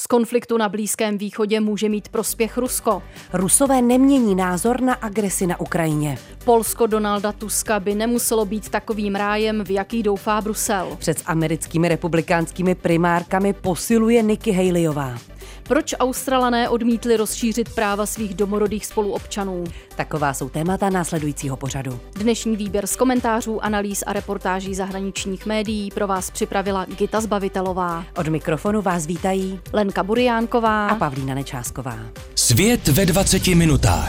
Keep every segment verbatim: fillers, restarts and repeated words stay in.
Z konfliktu na Blízkém východě může mít prospěch Rusko. Rusové nemění názor na agresi na Ukrajině. Polsko Donalda Tuska by nemuselo být takovým rájem, v jaký doufá Brusel. Před americkými republikánskými primárkami posiluje Nikki Haleyová. Proč Australané odmítli rozšířit práva svých domorodých spoluobčanů? Taková jsou témata následujícího pořadu. Dnešní výběr z komentářů, analýz a reportáží zahraničních médií pro vás připravila Gita Zbavitelová. Od mikrofonu vás vítají Lenka Buriánková a Pavlína Nečásková. Svět ve dvaceti minutách.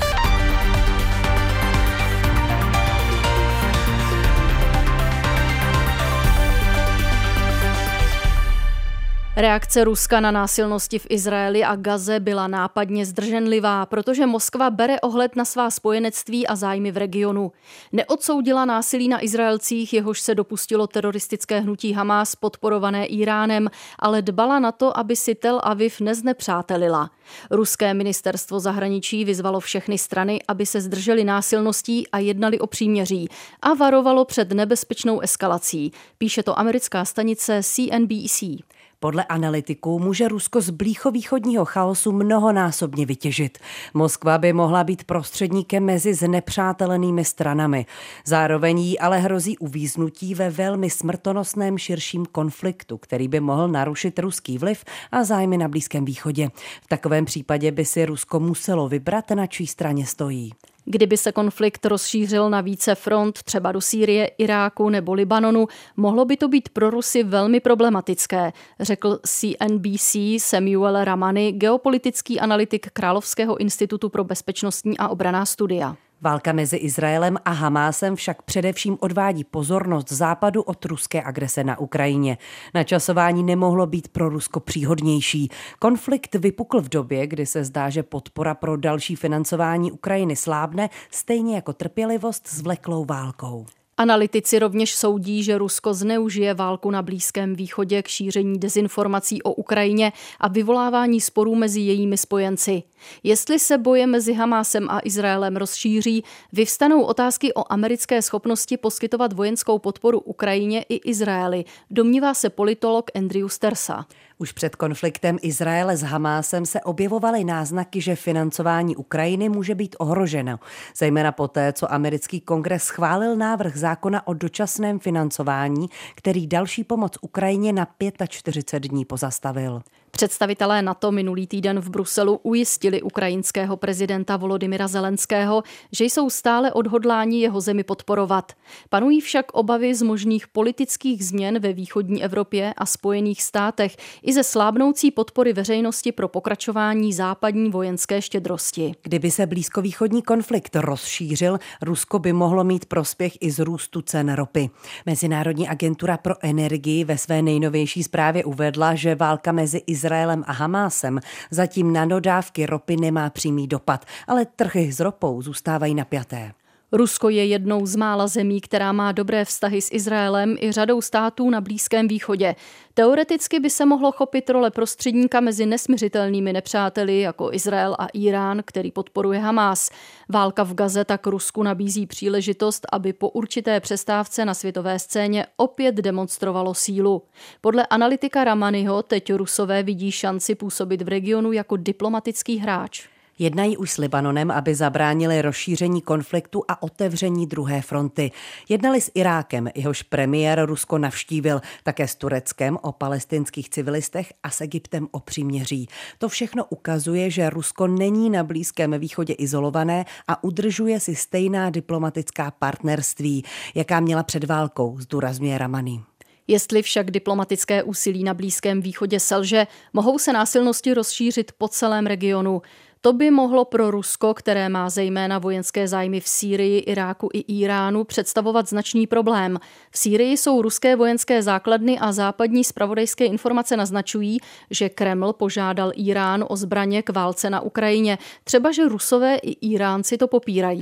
Reakce Ruska na násilnosti v Izraeli a Gaze byla nápadně zdrženlivá, protože Moskva bere ohled na svá spojenectví a zájmy v regionu. Neodsoudila násilí na Izraelcích, jehož se dopustilo teroristické hnutí Hamás podporované Íránem, ale dbala na to, aby si Tel Aviv neznepřátelila. Ruské ministerstvo zahraničí vyzvalo všechny strany, aby se zdrželi násilností a jednali o příměří a varovalo před nebezpečnou eskalací, píše to americká stanice C N B C. Podle analytiků může Rusko z blízkovýchodního chaosu mnohonásobně vytěžit. Moskva by mohla být prostředníkem mezi znepřátelenými stranami. Zároveň jí ale hrozí uvíznutí ve velmi smrtonosném širším konfliktu, který by mohl narušit ruský vliv a zájmy na Blízkém východě. V takovém případě by si Rusko muselo vybrat, na čí straně stojí. Kdyby se konflikt rozšířil na více front, třeba do Sýrie, Iráku nebo Libanonu, mohlo by to být pro Rusy velmi problematické, řekl C N B C Samuel Ramani, geopolitický analytik Královského institutu pro bezpečnostní a obranná studia. Válka mezi Izraelem a Hamásem však především odvádí pozornost Západu od ruské agrese na Ukrajině. Načasování nemohlo být pro Rusko příhodnější. Konflikt vypukl v době, kdy se zdá, že podpora pro další financování Ukrajiny slábne, stejně jako trpělivost s vleklou válkou. Analytici rovněž soudí, že Rusko zneužije válku na Blízkém východě k šíření dezinformací o Ukrajině a vyvolávání sporů mezi jejími spojenci. Jestli se boje mezi Hamásem a Izraelem rozšíří, vyvstanou otázky o americké schopnosti poskytovat vojenskou podporu Ukrajině i Izraeli, domnívá se politolog Andrew Stersa. Už před konfliktem Izraele s Hamásem se objevovaly náznaky, že financování Ukrajiny může být ohroženo. Zejména poté, co americký kongres schválil návrh zákona o dočasném financování, který další pomoc Ukrajině na čtyřicet pět dní pozastavil. Představitelé NATO minulý týden v Bruselu ujistili ukrajinského prezidenta Volodymyra Zelenského, že jsou stále odhodláni jeho zemi podporovat. Panují však obavy z možných politických změn ve východní Evropě a Spojených státech i ze slábnoucí podpory veřejnosti pro pokračování západní vojenské štědrosti. Kdyby se blízkovýchodní konflikt rozšířil, Rusko by mohlo mít prospěch i z růstu cen ropy. Mezinárodní agentura pro energii ve své nejnovější zprávě uvedla, že válka mezi Izraelem a Hamásem zatím na dodávky ropy nemá přímý dopad, ale trhy s ropou zůstávají napjaté. Rusko je jednou z mála zemí, která má dobré vztahy s Izraelem i řadou států na Blízkém východě. Teoreticky by se mohlo chopit role prostředníka mezi nesmiřitelnými nepřáteli jako Izrael a Írán, který podporuje Hamás. Válka v Gaze tak Rusku nabízí příležitost, aby po určité přestávce na světové scéně opět demonstrovalo sílu. Podle analytika Ramaniho teď Rusové vidí šanci působit v regionu jako diplomatický hráč. Jednají už s Libanonem, aby zabránili rozšíření konfliktu a otevření druhé fronty. Jednali s Irákem, jehož premiér Rusko navštívil, také s Tureckem o palestinských civilistech a s Egyptem o příměří. To všechno ukazuje, že Rusko není na Blízkém východě izolované a udržuje si stejná diplomatická partnerství, jaká měla před válkou, zdůrazňuje Ramani. Jestli však diplomatické úsilí na Blízkém východě selže, mohou se násilnosti rozšířit po celém regionu. To by mohlo pro Rusko, které má zejména vojenské zájmy v Sýrii, Iráku i Íránu, představovat značný problém. V Sýrii jsou ruské vojenské základny a západní zpravodajské informace naznačují, že Kreml požádal Írán o zbraně k válce na Ukrajině. Třeba, že Rusové i Íránci to popírají.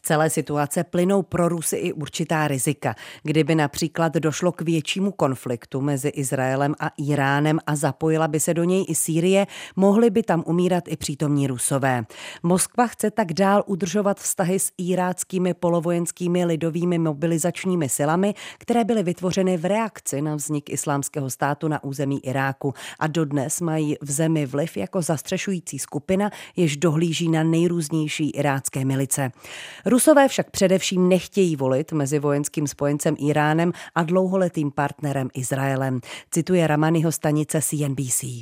celé situace plynou pro Rusy i určitá rizika. Kdyby například došlo k většímu konfliktu mezi Izraelem a Iránem a zapojila by se do něj i Sýrie, mohli by tam umírat i přítomní Rusové. Moskva chce tak dál udržovat vztahy s iráckými polovojenskými lidovými mobilizačními silami, které byly vytvořeny v reakci na vznik islámského státu na území Iráku a dodnes mají v zemi vliv jako zastřešující skupina, jež dohlíží na nejrůznější irácké milice. Rusové však především nechtějí volit mezi vojenským spojencem Iránem a dlouholetým partnerem Izraelem, cituje Ramaniho stanice C N B C.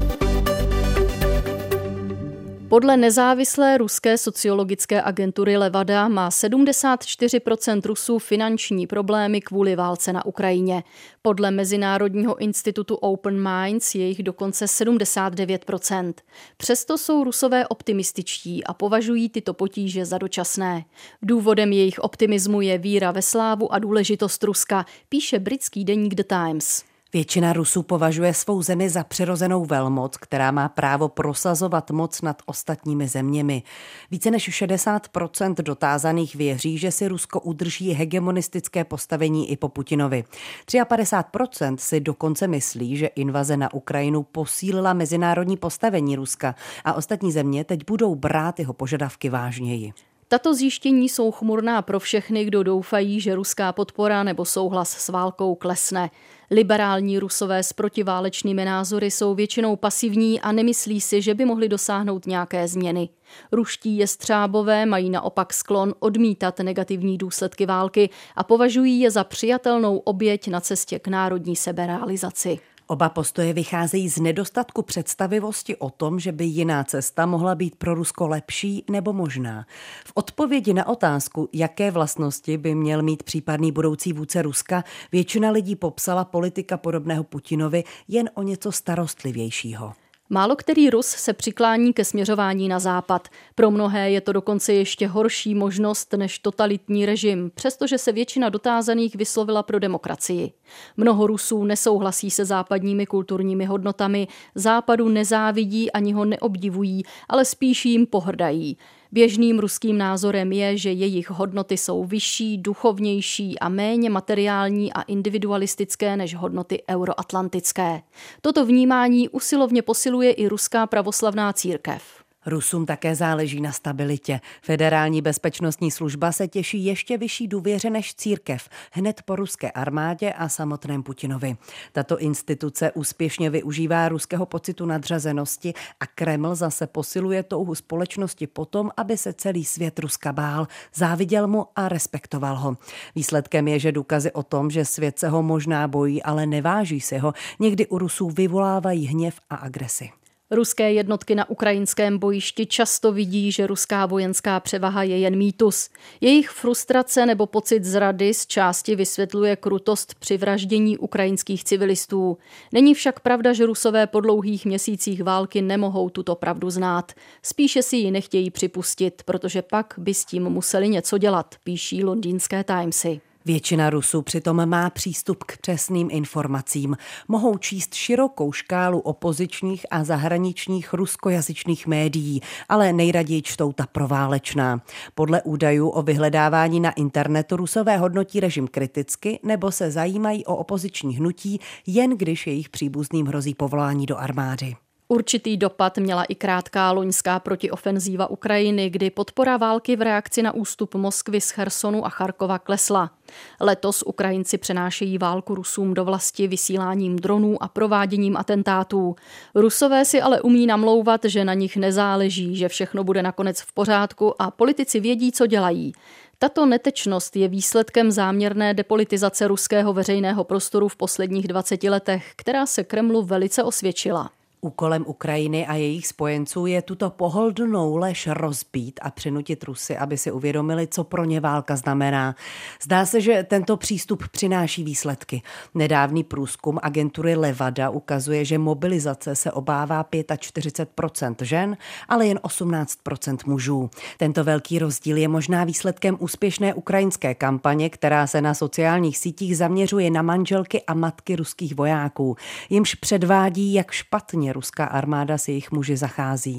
Podle nezávislé ruské sociologické agentury Levada má sedmdesát čtyři procent Rusů finanční problémy kvůli válce na Ukrajině. Podle Mezinárodního institutu Open Minds je jich dokonce sedmdesát devět procent. Přesto jsou Rusové optimističtí a považují tyto potíže za dočasné. Důvodem jejich optimismu je víra ve slávu a důležitost Ruska, píše britský deník The Times. Většina Rusů považuje svou zemi za přirozenou velmoc, která má právo prosazovat moc nad ostatními zeměmi. Více než šedesát procent dotázaných věří, že si Rusko udrží hegemonistické postavení i po Putinovi. padesát tři procent si dokonce myslí, že invaze na Ukrajinu posílila mezinárodní postavení Ruska a ostatní země teď budou brát jeho požadavky vážněji. Tato zjištění jsou chmurná pro všechny, kdo doufají, že ruská podpora nebo souhlas s válkou klesne. Liberální Rusové s protiválečnými názory jsou většinou pasivní a nemyslí si, že by mohli dosáhnout nějaké změny. Ruští jestřábové mají naopak sklon odmítat negativní důsledky války a považují je za přijatelnou oběť na cestě k národní seberealizaci. Oba postoje vycházejí z nedostatku představivosti o tom, že by jiná cesta mohla být pro Rusko lepší nebo možná. V odpovědi na otázku, jaké vlastnosti by měl mít případný budoucí vůdce Ruska, většina lidí popsala politika podobného Putinovi jen o něco starostlivějšího. Málo který Rus se přiklání ke směřování na západ. Pro mnohé je to dokonce ještě horší možnost než totalitní režim, přestože se většina dotázaných vyslovila pro demokracii. Mnoho Rusů nesouhlasí se západními kulturními hodnotami, západu nezávidí ani ho neobdivují, ale spíš jim pohrdají. Běžným ruským názorem je, že jejich hodnoty jsou vyšší, duchovnější a méně materiální a individualistické než hodnoty euroatlantické. Toto vnímání usilovně posiluje i ruská pravoslavná církev. Rusům také záleží na stabilitě. Federální bezpečnostní služba se těší ještě vyšší důvěře než církev, hned po ruské armádě a samotném Putinovi. Tato instituce úspěšně využívá ruského pocitu nadřazenosti a Kreml zase posiluje touhu společnosti potom, aby se celý svět Ruska bál, záviděl mu a respektoval ho. Výsledkem je, že důkazy o tom, že svět se ho možná bojí, ale neváží si ho, někdy u Rusů vyvolávají hněv a agresi. Ruské jednotky na ukrajinském bojišti často vidí, že ruská vojenská převaha je jen mýtus. Jejich frustrace nebo pocit zrady z části vysvětluje krutost při vraždění ukrajinských civilistů. Není však pravda, že Rusové po dlouhých měsících války nemohou tuto pravdu znát. Spíše si ji nechtějí připustit, protože pak by s tím museli něco dělat, píší londýnské Timesy. Většina Rusů přitom má přístup k přesným informacím. Mohou číst širokou škálu opozičních a zahraničních ruskojazyčných médií, ale nejraději čtou ta proválečná. Podle údajů o vyhledávání na internetu Rusové hodnotí režim kriticky nebo se zajímají o opoziční hnutí, jen když jejich příbuzným hrozí povolání do armády. Určitý dopad měla i krátká loňská protiofenzíva Ukrajiny, kdy podpora války v reakci na ústup Moskvy z Chersonu a Charkova klesla. Letos Ukrajinci přenášejí válku Rusům do vlasti vysíláním dronů a prováděním atentátů. Rusové si ale umí namlouvat, že na nich nezáleží, že všechno bude nakonec v pořádku a politici vědí, co dělají. Tato netečnost je výsledkem záměrné depolitizace ruského veřejného prostoru v posledních dvaceti letech, která se Kremlu velice osvědčila. Úkolem Ukrajiny a jejich spojenců je tuto pohodlnou lež rozbít a přinutit Rusy, aby si uvědomili, co pro ně válka znamená. Zdá se, že tento přístup přináší výsledky. Nedávný průzkum agentury Levada ukazuje, že mobilizace se obává čtyřicet pět procent žen, ale jen osmnáct procent mužů. Tento velký rozdíl je možná výsledkem úspěšné ukrajinské kampaně, která se na sociálních sítích zaměřuje na manželky a matky ruských vojáků. Jimž předvádí, jak špatně ruská armáda s jejich muži zachází.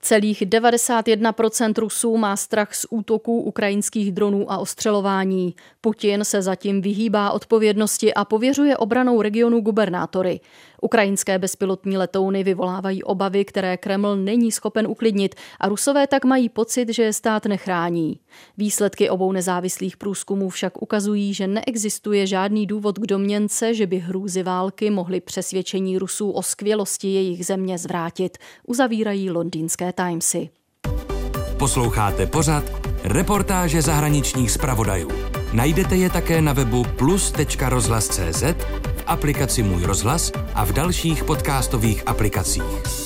Celých devadesát jedna procent Rusů má strach z útoků ukrajinských dronů a ostřelování. Putin se zatím vyhýbá odpovědnosti a pověřuje obranou regionu gubernátory. Ukrajinské bezpilotní letouny vyvolávají obavy, které Kreml není schopen uklidnit, a Rusové tak mají pocit, že je stát nechrání. Výsledky obou nezávislých průzkumů však ukazují, že neexistuje žádný důvod k domněnce, že by hrůzy války mohly přesvědčení Rusů o skvělosti jejich země zvrátit, uzavírají londýnské Timesy. Posloucháte pořad Reportáže zahraničních zpravodajů. Najdete je také na webu plus tečka rozhlas tečka cé zet, v aplikaci Můj rozhlas a v dalších podcastových aplikacích.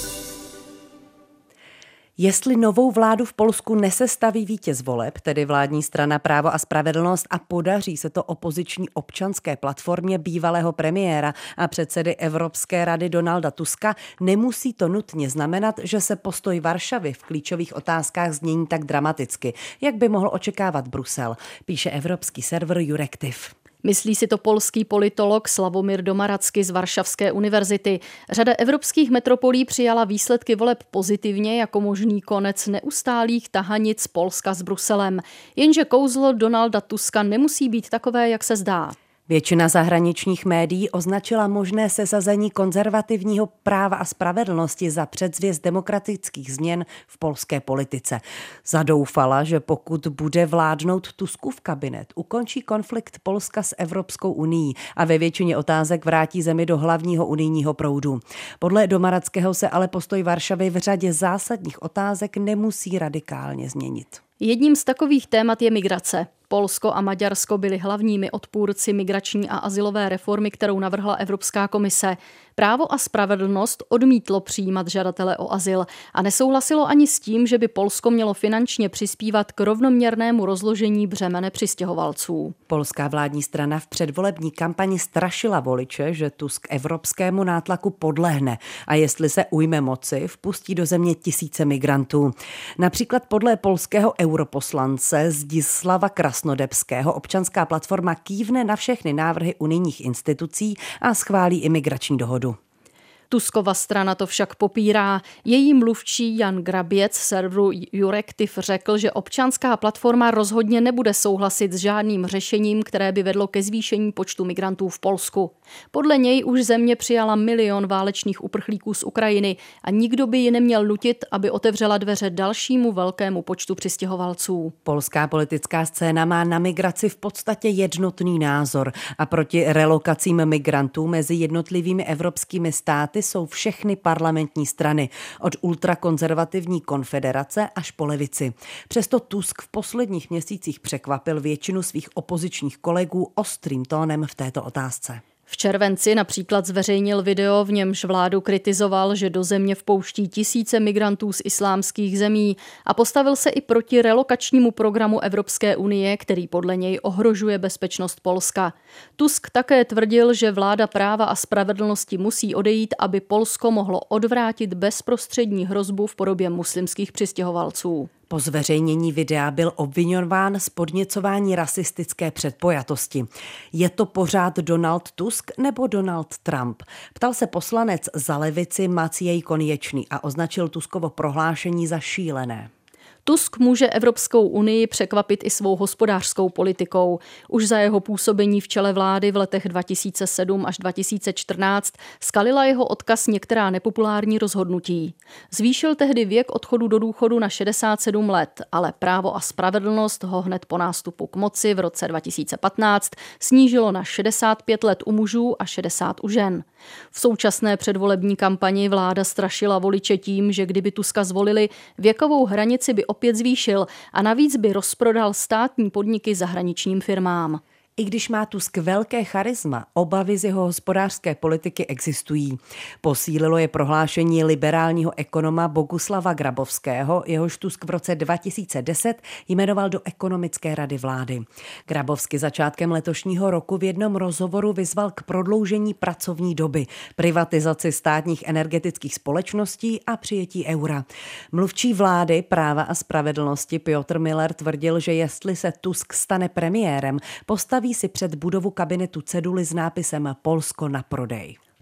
Jestli novou vládu v Polsku nesestaví vítěz voleb, tedy vládní strana Právo a spravedlnost, a podaří se to opoziční občanské platformě bývalého premiéra a předsedy Evropské rady Donalda Tuska, nemusí to nutně znamenat, že se postoj Varšavy v klíčových otázkách změní tak dramaticky, jak by mohl očekávat Brusel, píše evropský server Eurektiv. Myslí si to polský politolog Sławomir Domaracky z Varšavské univerzity. Řada evropských metropolí přijala výsledky voleb pozitivně jako možný konec neustálých tahanic Polska s Bruselem. Jenže kouzlo Donalda Tuska nemusí být takové, jak se zdá. Většina zahraničních médií označila možné sesazení konzervativního Práva a spravedlnosti za předzvěst demokratických změn v polské politice. Zadoufala, že pokud bude vládnout Tuskův kabinet, ukončí konflikt Polska s Evropskou unií a ve většině otázek vrátí zemi do hlavního unijního proudu. Podle Domarackého se ale postoj Varšavy v řadě zásadních otázek nemusí radikálně změnit. Jedním z takových témat je migrace. Polsko a Maďarsko byly hlavními odpůrci migrační a azylové reformy, kterou navrhla Evropská komise. Právo a spravedlnost odmítlo přijímat žadatele o azyl a nesouhlasilo ani s tím, že by Polsko mělo finančně přispívat k rovnoměrnému rozložení břemene přistěhovalců. Polská vládní strana v předvolební kampani strašila voliče, že Tusk evropskému nátlaku podlehne a jestli se ujme moci, vpustí do země tisíce migrantů. Například podle polského europoslance Zdislava Krasnodebského občanská platforma kývne na všechny návrhy unijních institucí a schválí imigrační dohodu. Tuskova strana to však popírá. Její mluvčí Jan Grabiec z serveru Eurektiv řekl, že občanská platforma rozhodně nebude souhlasit s žádným řešením, které by vedlo ke zvýšení počtu migrantů v Polsku. Podle něj už země přijala milion válečných uprchlíků z Ukrajiny a nikdo by ji neměl nutit, aby otevřela dveře dalšímu velkému počtu přistěhovalců. Polská politická scéna má na migraci v podstatě jednotný názor a proti relokacím migrantů mezi jednotlivými evropskými státy jsou všechny parlamentní strany, od ultrakonzervativní konfederace až po levici. Přesto Tusk v posledních měsících překvapil většinu svých opozičních kolegů ostrým tónem v této otázce. V červenci například zveřejnil video, v němž vládu kritizoval, že do země vpouští tisíce migrantů z islámských zemí a postavil se i proti relokačnímu programu Evropské unie, který podle něj ohrožuje bezpečnost Polska. Tusk také tvrdil, že vláda Práva a spravedlnosti musí odejít, aby Polsko mohlo odvrátit bezprostřední hrozbu v podobě muslimských přistěhovalců. Po zveřejnění videa byl obviňován z podněcování rasistické předpojatosti. Je to pořád Donald Tusk nebo Donald Trump? Ptal se poslanec za levici Maciej Konieczny a označil Tuskovo prohlášení za šílené. Tusk může Evropskou unii překvapit i svou hospodářskou politikou. Už za jeho působení v čele vlády v letech dva tisíce sedm až dva tisíce čtrnáct skalila jeho odkaz některá nepopulární rozhodnutí. Zvýšil tehdy věk odchodu do důchodu na šedesát sedm let, ale Právo a spravedlnost ho hned po nástupu k moci v roce dva tisíce patnáct snížilo na šedesát pět let u mužů a šedesát u žen. V současné předvolební kampani vláda strašila voliče tím, že kdyby Tuska zvolili, věkovou hranici by opět zvýšil a navíc by rozprodal státní podniky zahraničním firmám. I když má Tusk velké charisma, obavy z jeho hospodářské politiky existují. Posílilo je prohlášení liberálního ekonoma Boguslava Grabovského, jehož Tusk v roce dva tisíce deset jmenoval do ekonomické rady vlády. Grabovský začátkem letošního roku v jednom rozhovoru vyzval k prodloužení pracovní doby, privatizaci státních energetických společností a přijetí eura. Mluvčí vlády Práva a spravedlnosti Piotr Müller tvrdil, že jestli se Tusk stane premiérem, postaví si před budovu kabinetu ceduli s nápisem Polsko na prodej.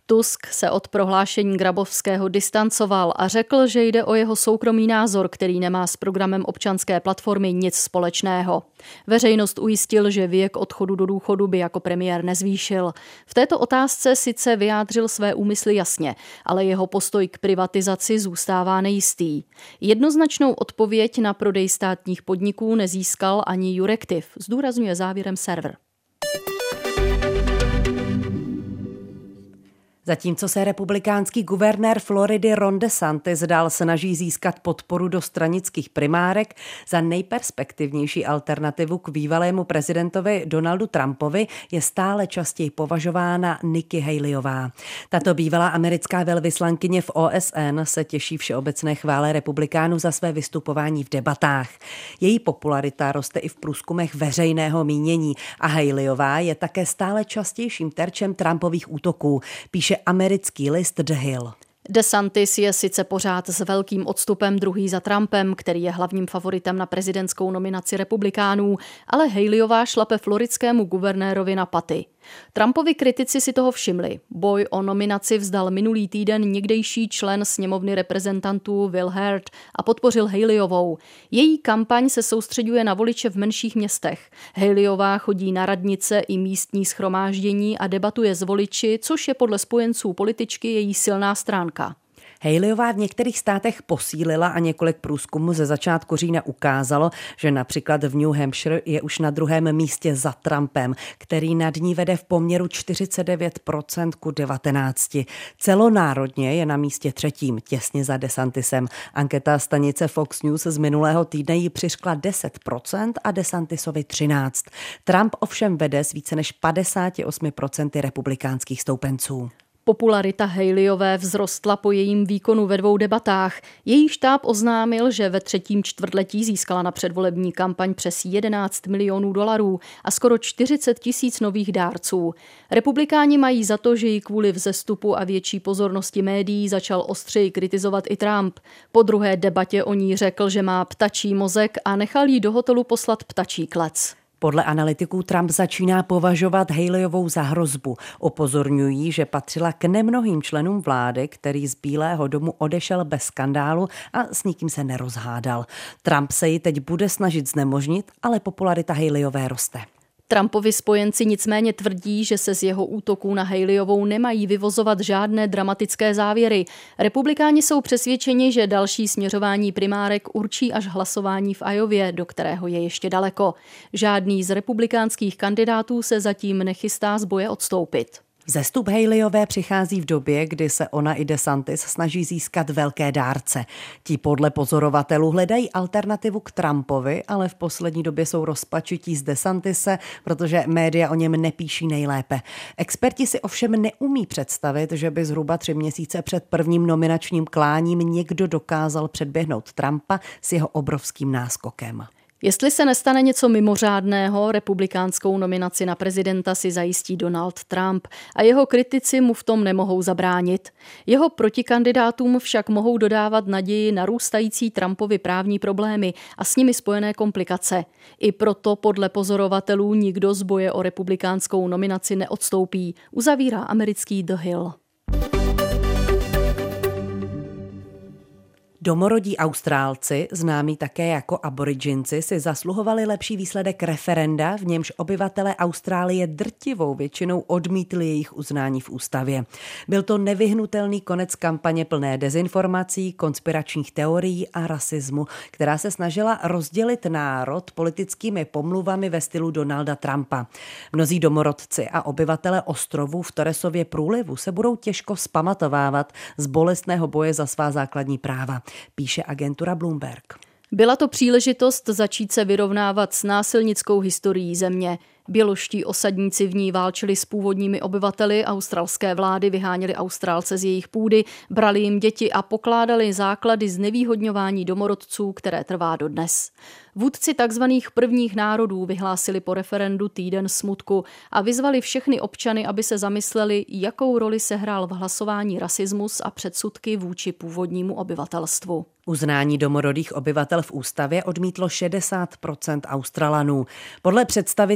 Tusk se od prohlášení Grabovského distancoval a řekl, že jde o jeho soukromý názor, který nemá s programem občanské platformy nic společného. Veřejnost ujistil, že věk odchodu do důchodu by jako premiér nezvýšil. V této otázce sice vyjádřil své úmysly jasně, ale jeho postoj k privatizaci zůstává nejistý. Jednoznačnou odpověď na prodej státních podniků nezískal ani Jurektiv, zdůrazňuje závěrem Server. Zatímco se republikánský guvernér Floridy Ron DeSantis dál snaží získat podporu do stranických primárek, za nejperspektivnější alternativu k bývalému prezidentovi Donaldu Trumpovi je stále častěji považována Nikki Haleyová. Tato bývalá americká velvyslankyně v O S N se těší všeobecné chvále republikánů za své vystupování v debatách. Její popularita roste i v průzkumech veřejného mínění a Haleyová je také stále častějším terčem Trumpových útoků, píše americký list The Hill. DeSantis je sice pořád s velkým odstupem druhý za Trumpem, který je hlavním favoritem na prezidentskou nominaci republikánů, ale Haleyová šlape floridskému guvernérovi na paty. Trumpovi kritici si toho všimli. Boj o nominaci vzdal minulý týden někdejší člen sněmovny reprezentantů Will Hurd a podpořil Haleyovou. Její kampaň se soustřeďuje na voliče v menších městech. Haleyová chodí na radnice i místní shromáždění a debatuje s voliči, což je podle spojenců političky její silná stránka. Haleyová v některých státech posílila a několik průzkumů ze začátku října ukázalo, že například v New Hampshire je už na druhém místě za Trumpem, který nad ní vede v poměru čtyřicet devět procent ku devatenácti. Celonárodně je na místě třetím, těsně za DeSantisem. Anketa stanice Fox News z minulého týdne jí přiškla deset procent a DeSantisovi třináct procent. Trump ovšem vede s více než padesát osm procent republikánských stoupenců. Popularita Haleyové vzrostla po jejím výkonu ve dvou debatách. Její štáb oznámil, že ve třetím čtvrtletí získala na předvolební kampaň přes jedenáct milionů dolarů a skoro čtyřicet tisíc nových dárců. Republikáni mají za to, že ji kvůli vzestupu a větší pozornosti médií začal ostřeji kritizovat i Trump. Po druhé debatě o ní řekl, že má ptačí mozek a nechal jí do hotelu poslat ptačí klec. Podle analytiků Trump začíná považovat Haleyovou za hrozbu. Upozorňují, že patřila k nemnohým členům vlády, který z Bílého domu odešel bez skandálu a s nikým se nerozhádal. Trump se ji teď bude snažit znemožnit, ale popularita Haleyové roste. Trumpovi spojenci nicméně tvrdí, že se z jeho útoků na Haleyovou nemají vyvozovat žádné dramatické závěry. Republikáni jsou přesvědčeni, že další směřování primárek určí až hlasování v Iowě, do kterého je ještě daleko. Žádný z republikánských kandidátů se zatím nechystá z boje odstoupit. Vzestup Haleyové přichází v době, kdy se ona i DeSantis snaží získat velké dárce. Ti podle pozorovatelů hledají alternativu k Trumpovi, ale v poslední době jsou rozpačití z DeSantise, protože média o něm nepíší nejlépe. Experti si ovšem neumí představit, že by zhruba tři měsíce před prvním nominačním kláním někdo dokázal předběhnout Trumpa s jeho obrovským náskokem. Jestli se nestane něco mimořádného, republikánskou nominaci na prezidenta si zajistí Donald Trump a jeho kritici mu v tom nemohou zabránit. Jeho protikandidátům však mohou dodávat naději narůstající Trumpovy právní problémy a s nimi spojené komplikace. I proto podle pozorovatelů nikdo z boje o republikánskou nominaci neodstoupí, uzavírá americký The Hill. Domorodí Austrálci, známí také jako Aboriginci, si zasluhovali lepší výsledek referenda, v němž obyvatelé Austrálie drtivou většinou odmítli jejich uznání v ústavě. Byl to nevyhnutelný konec kampaně plné dezinformací, konspiračních teorií a rasismu, která se snažila rozdělit národ politickými pomluvami ve stylu Donalda Trumpa. Mnozí domorodci a obyvatelé ostrovů v Torresově průlivu se budou těžko vzpamatovávat z bolestného boje za svá základní práva, píše agentura Bloomberg. Byla to příležitost začít se vyrovnávat s násilnickou historií země. Běložští osadníci v ní válčili s původními obyvateli, australské vlády vyháněly Austrálce z jejich půdy, brali jim děti a pokládali základy znevýhodňování domorodců, které trvá dodnes. Vůdci takzvaných prvních národů vyhlásili po referendu týden smutku a vyzvali všechny občany, aby se zamysleli, jakou roli sehrál v hlasování rasismus a předsudky vůči původnímu obyvatelstvu. Uznání domorodých obyvatel v ústavě odmítlo šedesát procent Australanů. Podle představitelů domorodých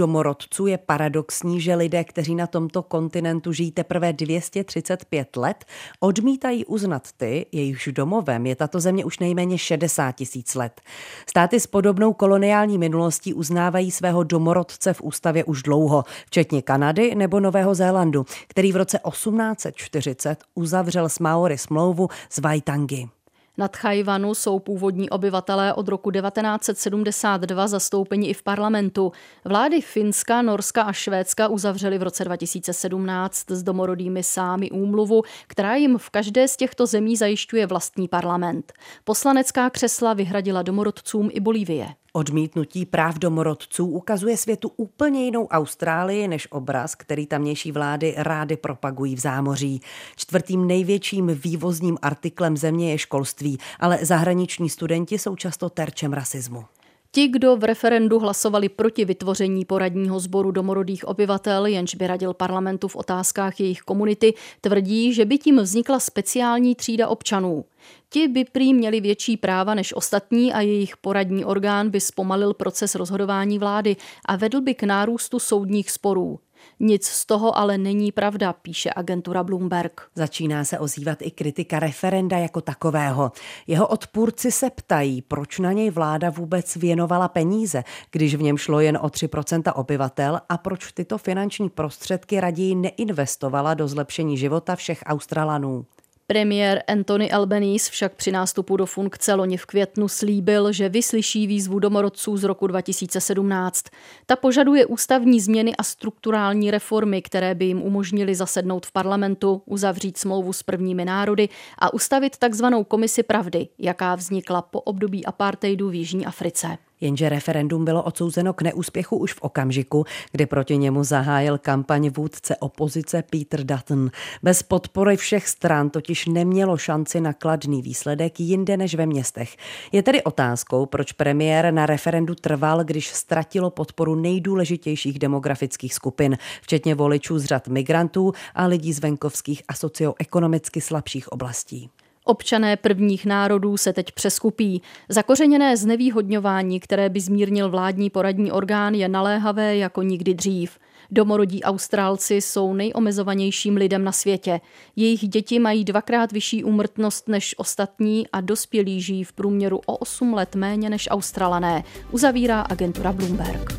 domorodců je paradoxní, že lidé, kteří na tomto kontinentu žijí teprve dvě stě třicet pět let, odmítají uznat ty, jejichž domovem je tato země už nejméně šedesát tisíc let. Státy s podobnou koloniální minulostí uznávají svého domorodce v ústavě už dlouho, včetně Kanady nebo Nového Zélandu, který v roce osmnáct set čtyřicet uzavřel s Maory smlouvu z Waitangi. Na Tchaj-wanu jsou původní obyvatelé od roku devatenáct set sedmdesát dva zastoupeni i v parlamentu. Vlády Finska, Norska a Švédska uzavřely v roce dva tisíce sedmnáct s domorodými Sámy úmluvu, která jim v každé z těchto zemí zajišťuje vlastní parlament. Poslanecká křesla vyhradila domorodcům i Bolívie. Odmítnutí práv domorodců ukazuje světu úplně jinou Austrálii než obraz, který tamnější vlády rády propagují v zámoří. Čtvrtým největším vývozním artiklem země je školství, ale zahraniční studenti jsou často terčem rasismu. Ti, kdo v referendu hlasovali proti vytvoření poradního sboru domorodých obyvatel, jenž by radil parlamentu v otázkách jejich komunity, tvrdí, že by tím vznikla speciální třída občanů. Ti by prý měli větší práva než ostatní a jejich poradní orgán by zpomalil proces rozhodování vlády a vedl by k nárůstu soudních sporů. Nic z toho ale není pravda, píše agentura Bloomberg. Začíná se ozývat i kritika referenda jako takového. Jeho odpůrci se ptají, proč na něj vláda vůbec věnovala peníze, když v něm šlo jen o tři procenta obyvatel a proč tyto finanční prostředky raději neinvestovala do zlepšení života všech Australanů. Premiér Anthony Albanese však při nástupu do funkce loni v květnu slíbil, že vyslyší výzvu domorodců z roku dva tisíce sedmnáct. Ta požaduje ústavní změny a strukturální reformy, které by jim umožnily zasednout v parlamentu, uzavřít smlouvu s prvními národy a ustavit takzvanou komisi pravdy, jaká vznikla po období apartheidu v Jižní Africe. Jenže referendum bylo odsouzeno k neúspěchu už v okamžiku, kdy proti němu zahájil kampaň vůdce opozice Peter Dutton. Bez podpory všech stran totiž nemělo šanci na kladný výsledek jinde než ve městech. Je tedy otázkou, proč premiér na referendu trval, když ztratilo podporu nejdůležitějších demografických skupin, včetně voličů z řad migrantů a lidí z venkovských a socioekonomicky slabších oblastí. Občané prvních národů se teď přeskupí. Zakořeněné znevýhodňování, které by zmírnil vládní poradní orgán, je naléhavé jako nikdy dřív. Domorodí Austrálci jsou nejomezovanějším lidem na světě. Jejich děti mají dvakrát vyšší úmrtnost než ostatní a dospělí žijí v průměru o osm let méně než Australané, uzavírá agentura Bloomberg.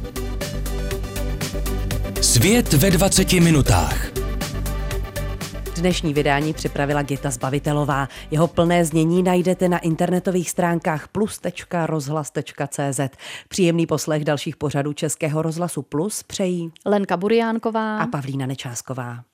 Svět ve dvaceti minutách. Dnešní vydání připravila Gita Zbavitelová. Jeho plné znění najdete na internetových stránkách plus tečka rozhlas tečka cé zet. Příjemný poslech dalších pořadů Českého rozhlasu Plus přejí Lenka Buriánková a Pavlína Nečásková.